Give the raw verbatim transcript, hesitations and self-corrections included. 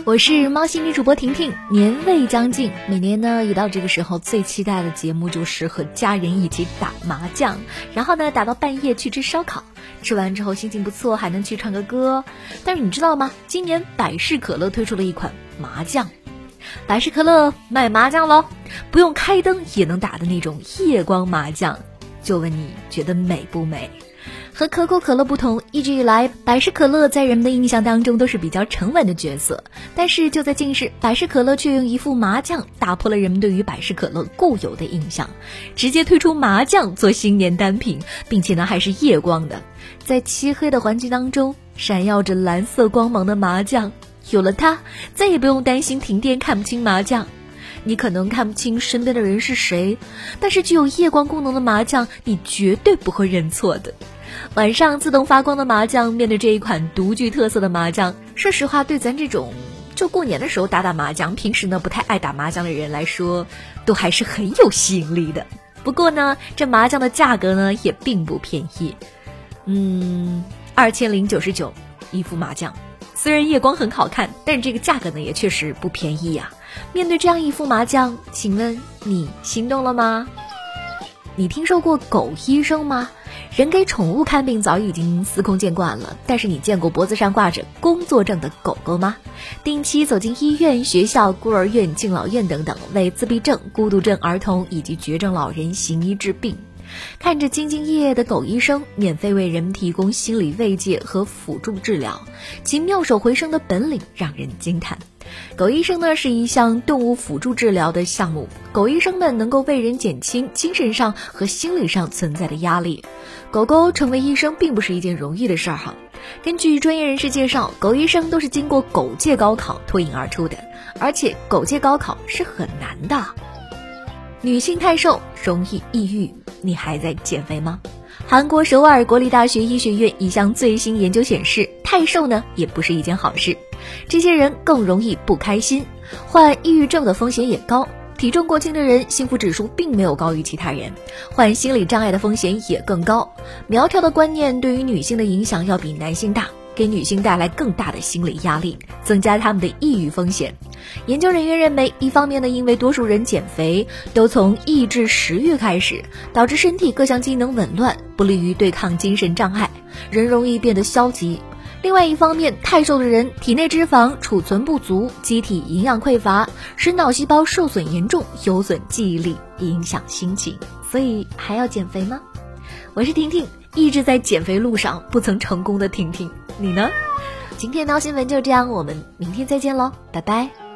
我是猫系女主播婷婷。年味将近，每年呢一到这个时候，最期待的节目就是和家人一起打麻将，然后呢打到半夜去吃烧烤，吃完之后心情不错，还能去唱个歌。但是你知道吗？今年百事可乐推出了一款麻将，百事可乐卖麻将咯，不用开灯也能打的那种夜光麻将。就问你觉得美不美？和可口可乐不同，一直以来百事可乐在人们的印象当中都是比较沉稳的角色，但是就在近日，百事可乐却用一副麻将打破了人们对于百事可乐固有的印象，直接推出麻将做新年单品，并且呢还是夜光的。在漆黑的环境当中闪耀着蓝色光芒的麻将，有了它再也不用担心停电看不清麻将。你可能看不清身边的人是谁，但是具有夜光功能的麻将你绝对不会认错的。晚上自动发光的麻将，面对这一款独具特色的麻将，说实话对咱这种就过年的时候打打麻将，平时呢不太爱打麻将的人来说，都还是很有吸引力的。不过呢这麻将的价格呢也并不便宜，嗯二千零九十九一副麻将。虽然夜光很好看，但是这个价格呢也确实不便宜呀、啊。面对这样一副麻将，请问你心动了吗？你听说过狗医生吗？人给宠物看病早已经司空见惯了，但是你见过脖子上挂着工作证的狗狗吗？定期走进医院、学校、孤儿院、敬老院等等，为自闭症、孤独症儿童以及绝症老人行医治病。看着兢兢业业的狗医生免费为人们提供心理慰藉和辅助治疗，其妙手回声的本领让人惊叹。狗医生呢是一项动物辅助治疗的项目，狗医生们能够为人减轻精神上和心理上存在的压力。狗狗成为医生并不是一件容易的事儿哈。根据专业人士介绍，狗医生都是经过狗界高考脱颖而出的，而且狗界高考是很难的。女性太瘦容易抑郁，你还在减肥吗？韩国首尔国立大学医学院一项最新研究显示，太瘦呢也不是一件好事，这些人更容易不开心，患抑郁症的风险也高。体重过轻的人幸福指数并没有高于其他人，患心理障碍的风险也更高。苗条的观念对于女性的影响要比男性大，给女性带来更大的心理压力，增加她们的抑郁风险。研究人员认为，一方面呢，因为多数人减肥都从抑制食欲开始，导致身体各项机能紊乱，不利于对抗精神障碍，人容易变得消极。另外一方面，太瘦的人体内脂肪储存不足，机体营养匮乏，使脑细胞受损严重，有损记忆力，影响心情。所以还要减肥吗？我是婷婷，一直在减肥路上不曾成功的婷婷，你呢？今天的新闻就这样，我们明天再见咯，拜拜。